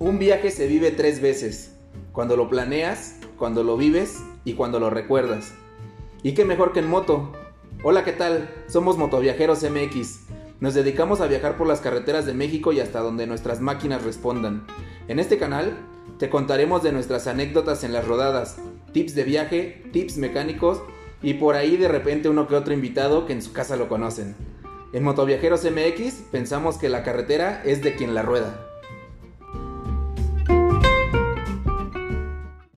Un viaje se vive 3 veces: cuando lo planeas, cuando lo vives y cuando lo recuerdas. ¿Y qué mejor que en moto? Hola, ¿qué tal? Somos Motoviajeros MX. Nos dedicamos a viajar por las carreteras de México y hasta donde nuestras máquinas respondan. En este canal te contaremos de nuestras anécdotas en las rodadas, tips de viaje, tips mecánicos y por ahí de repente uno que otro invitado que en su casa lo conocen. En Motoviajeros MX pensamos que la carretera es de quien la rueda.